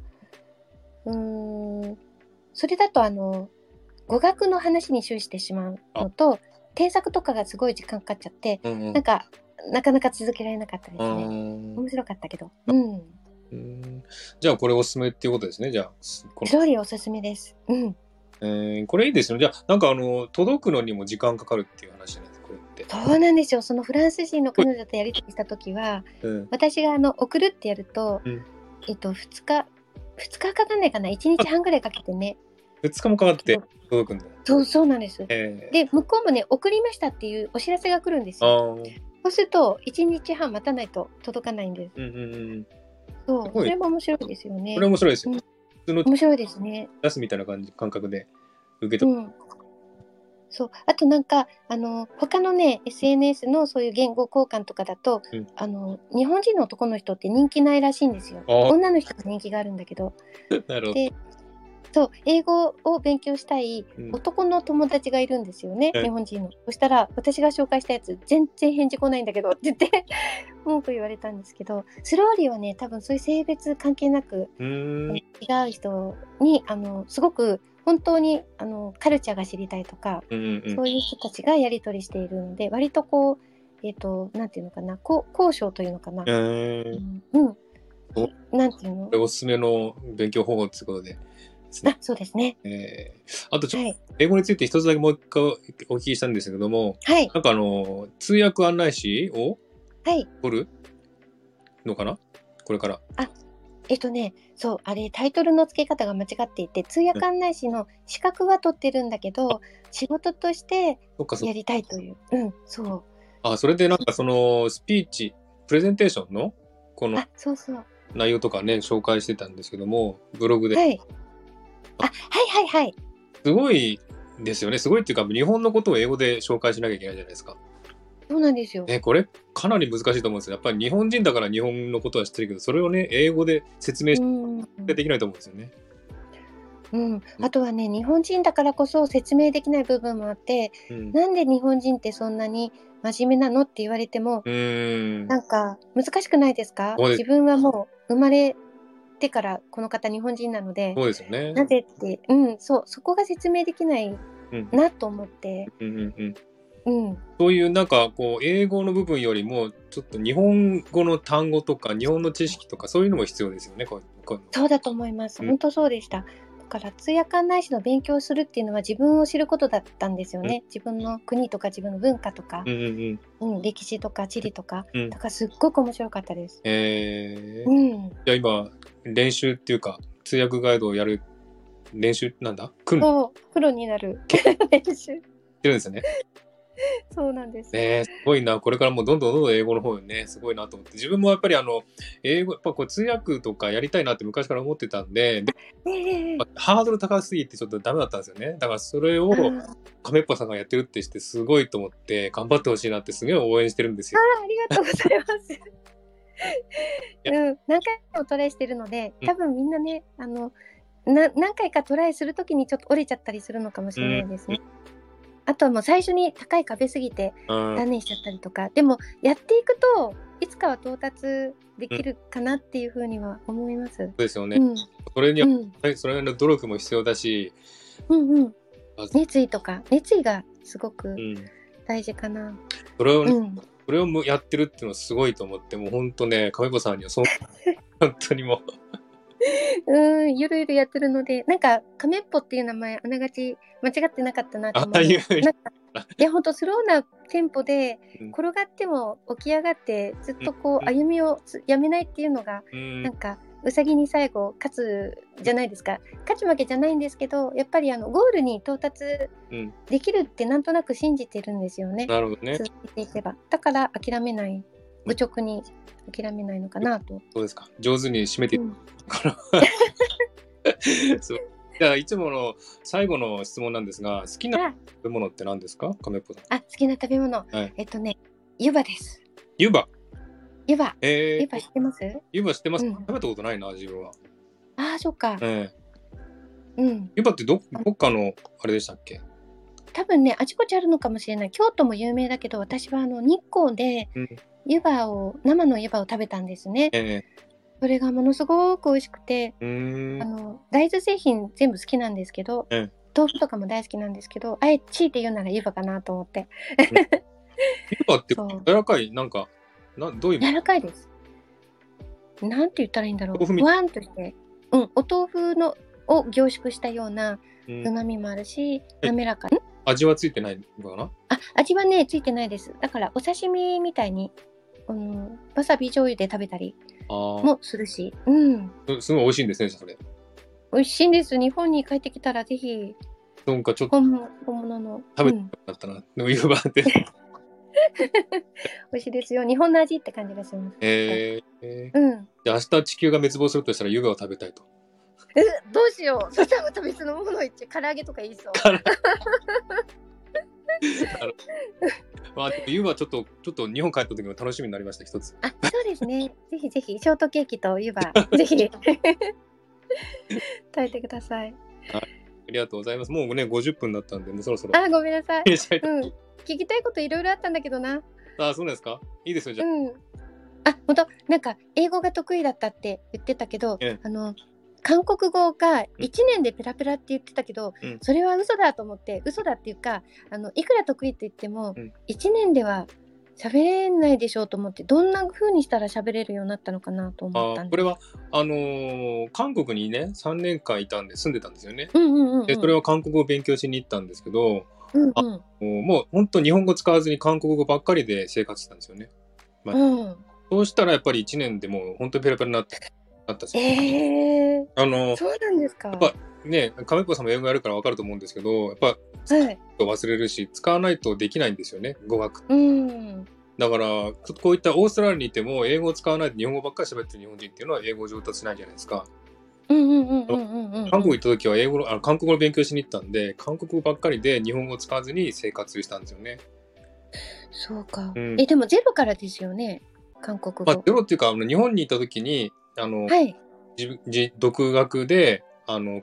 それだと語学の話に終始してしまうのと、添削とかがすごい時間かかっちゃって、なんかなかなか続けられなかったですね。面白かったけど。 じゃあこれおすすめっていうことですね。じゃあスローリーおすすめです。 これいいですよ。じゃあなんか届くのにも時間かかるっていう話じゃないですか、これって。 そうなんですよ。そのフランス人の彼女とやり取りした時は、私が送るってやると、2日かかんないかな、1日半ぐらいかけてね。 2日もかかって届くんだ。 そうなんです。で、向こうもね、送りましたっていうお知らせが来るんですよ。そうすると、1日半待たないと届かないんです。それも面白いですよね。 これ面白いですよ。 面白いですね。 出すみたいな感覚で受け取る。 そう。あとなんか、他のね、SNS のそういう言語交換とかだと、日本人の男の人って人気ないらしいんですよ。女の人が人気があるんだけど。 なるほど。で、 そう、英語を勉強したい男の友達がいるんですよね、日本人の。そしたら、私が紹介したやつ、全然返事来ないんだけどって言って、文句言われたんですけど、スローリーはね、多分そういう性別関係なく、違う人に、すごく、本当にカルチャーが知りたいとか、そういう人たちがやり取りしているので、割とこう、なんていうのかな、交渉というのかな。なんていうの？ おすすめの勉強方法ということで。 そうですね。 あと英語について一つだけもう一回お聞きしたんですけども、なんか通訳案内士を取るのかな、これから。 そう、あれ、タイトルの付け方が間違っていて、通訳案内士の資格は取ってるんだけど、仕事としてやりたいという。そう。 それでなんかそのスピーチ、プレゼンテーションのこの内容とかね、紹介してたんですけども、ブログで。 はい。 すごいですよね。すごいっていうか、日本のことを英語で紹介しなきゃいけないじゃないですか。 そうなんですよ。 これかなり難しいと思うんですよ。やっぱり日本人だから日本のことは知ってるけど、それをね、英語で説明できないと思うんですよね。 あとはね、日本人だからこそ説明できない部分もあって、なんで日本人ってそんなに真面目なのって言われても、なんか難しくないですか？自分はもう生まれてからこの方日本人なので、 そうですよね。 なぜって、そこが説明できないなと思って。 そういうなんかこう英語の部分よりもちょっと日本語の単語とか日本の知識とかそういうのも必要ですよね。 そうだと思います。本当そうでした。だから通訳案内士の勉強をするっていうのは自分を知ることだったんですよね。自分の国とか自分の文化とか、歴史とか地理とか、だからすっごく面白かったです。 じゃあ今練習っていうか通訳ガイドをやる練習なんだ？ プロになる練習してるんですよね。 そうなんです。 すごいな。これからもうどんどん英語の方にね、すごいなと思って。自分もやっぱり英語、やっぱこう通訳とかやりたいなって昔から思ってたんで、ハードル高すぎてちょっとダメだったんですよね。だからそれを亀っぽさんがやってるってしてすごいと思って頑張ってほしいなってすごい応援してるんですよ。 ありがとうございます。何回もトライしてるので、多分みんなね、何回かトライするときにちょっと折れちゃったりするのかもしれないですね。あとはもう最初に高い壁すぎて断念しちゃったりとか、でもやっていくといつかは到達できるかなっていうふうには思います。そうですよね。それには、それの努力も必要だし、 熱意がすごく大事かな。 それをやってるっていうのはすごいと思って、もう本当ね、亀子さんには本当にもう。 ゆるゆるやってるので、なんか亀っぽっていう名前あながち間違ってなかったなと思う。いや本当スローなテンポで転がっても起き上がってずっとこう歩みをやめないっていうのが、なんかうさぎに最後勝つじゃないですか。勝ち負けじゃないんですけど、やっぱりゴールに到達できるってなんとなく信じてるんですよね。 なるほどね。 続けていけば。だから諦めない、愚直に諦めないのかなと。 そうですか。上手に締めていくから。そう。じゃあいつもの最後の質問なんですが、好きな食べ物って何ですか、亀っぽさん。 好きな食べ物、湯葉です。 湯葉。 湯葉知ってます？ 湯葉知ってます。食べたことないな、自分は。 そっか。 湯葉ってどっかのあれでしたっけ？ 多分ね、あちこちあるのかもしれない。京都も有名だけど、私は日光で生の湯葉を食べたんですね。それがものすごく美味しくて、大豆製品全部好きなんですけど、豆腐とかも大好きなんですけど、強いて言うなら湯葉かなと思って。 湯葉って柔らかい、なんかどういう？ 柔らかいです。なんて言ったらいいんだろう。ふわんとして、お豆腐を凝縮したような旨味もあるし、滑らか。 味はついてないのかな？ 味はねついてないです。だからお刺身みたいに、わさび醤油で食べたりもするし、 すごい美味しいんですね、それ。 美味しいんです。日本に帰ってきたらぜひ。 なんかちょっと本物の食べてなかったな。でも湯葉って美味しいですよ。日本の味って感じがします。 じゃあ明日地球が滅亡するとしたら湯葉を食べたいと。 どうしよう。そしたらまた別のものを言って、唐揚げとか言いそう。 湯葉ちょっと日本帰った時も楽しみになりました、一つ。 そうですね。ぜひぜひショートケーキと湯葉ぜひ食べてください。 ありがとうございます。もうね50分だったんで、もうそろそろ。 ごめんなさい。聞きたいこといろいろあったんだけどな。 そうですか。いいですよ、じゃあ。本当なんか英語が得意だったって言ってたけど、韓国語が1年でペラペラって言ってたけど、それは嘘だと思って、嘘だっていうか、いくら得意って言っても、1年では喋れないでしょうと思って、どんな風にしたら喋れるようになったのかなと思ったんです。 これは韓国にね3年間住んでたんですよね。でそれは韓国語を勉強しに行ったんですけど、もう本当日本語使わずに韓国語ばっかりで生活してたんですよね。そうしたらやっぱり1年でもう本当にペラペラになったし。 そうなんですか。 やっぱね、亀っぽさんも英語やるから分かると思うんですけど、やっぱ忘れるし、使わないとできないんですよね、語学。だからこういったオーストラリアにいても英語を使わないで日本語ばっかり喋ってる日本人っていうのは英語上達しないじゃないですか。韓国行った時は韓国語の勉強しに行ったんで、韓国語ばっかりで日本語を使わずに生活したんですよね。 そうか。でもゼロからですよね、韓国語。 ゼロっていうか日本に行った時に独学で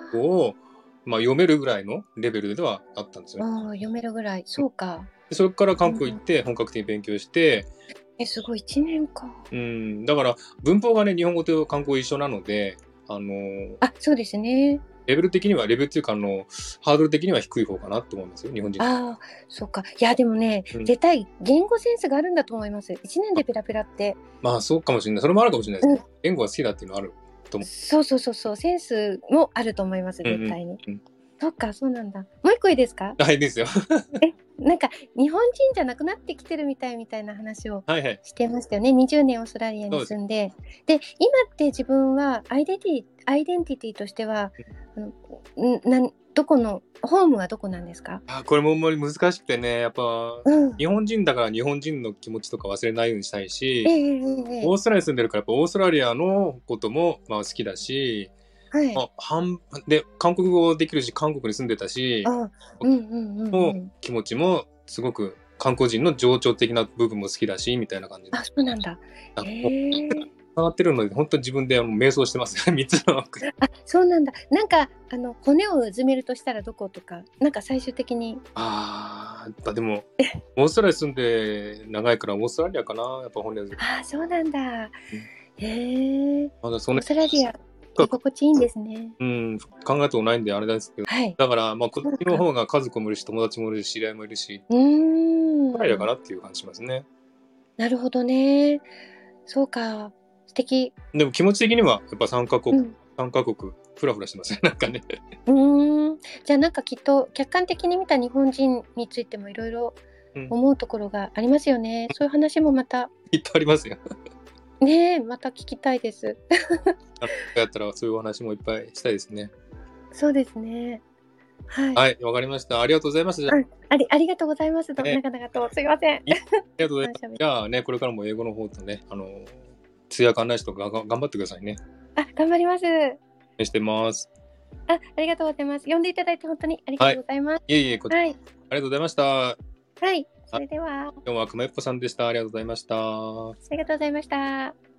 語を、まあ、読めるぐらいのレベルではあったんですよ。 読めるぐらい。そうか。 でそれから韓国行って本格的に勉強して、 すごい、1年か。 だから文法がね、日本語と韓国語一緒なので、 そうですね。 レベルっていうか、ハードル的には低い方かなと思うんですよ、日本人。 そうか。いや、でもね、絶対言語センスがあるんだと思います。1年でペラペラって。 まあ、そうかもしれない。それもあるかもしれないですけど、言語が好きだっていうのはあると思う。 そう。センスもあると思います、絶対に。そっか、そうなんだ。もう一個いいですか？ はいですよ。 なんか日本人じゃなくなってきてるみたいな話をしてましたよね。20年オーストラリアに住んで。で、今って自分はアイデンティティとしては、どこのホームはどこなんですか？ これもあんまり難しくてね、やっぱ、日本人だから日本人の気持ちとか忘れないようにしたいし、オーストラリアに住んでるからやっぱオーストラリアのこともまあ好きだし、で韓国語できるし、韓国に住んでたし、気持ちもすごく韓国人の情緒的な部分も好きだしみたいな感じで。 そうなんだ。 つながってるので、本当に自分で瞑想してます3つの枠。 そうなんだ。なんか骨をうずめるとしたらどことか、なんか最終的に。 やっぱでもオーストラリア住んで長いからオーストラリアかな、やっぱ骨をうずめる。 そうなんだ。 オーストラリア居心地いいんですね。 考えたことないんであれなんですけど、だからまあこっちの方が家族もいるし、友達もいるし、知り合いもいるし、オーストラリアかなっていう感じしますね。なるほどね。そうか。素敵。 でも気持ち的にはやっぱ3カ国フラフラしてますね、なんかね。 じゃあなんかきっと客観的に見た日本人についてもいろいろ思うところがありますよね。そういう話もまたいっぱいありますよ。 ね、また聞きたいです。 やったらそういうお話もいっぱいしたいですね。 そうですね。 はい、わかりました。ありがとうございます。 ありがとうございます。なかなかとすいません。ありがとうございます。じゃあね、これからも英語の方とね、通訳案内士とか頑張ってくださいね。 頑張ります。 してます。 ありがとうございます。呼んでいただいて本当にありがとうございます。 ありがとうございました。 はい、それでは。 今日は熊井っぽさんでした。ありがとうございました。 ありがとうございました。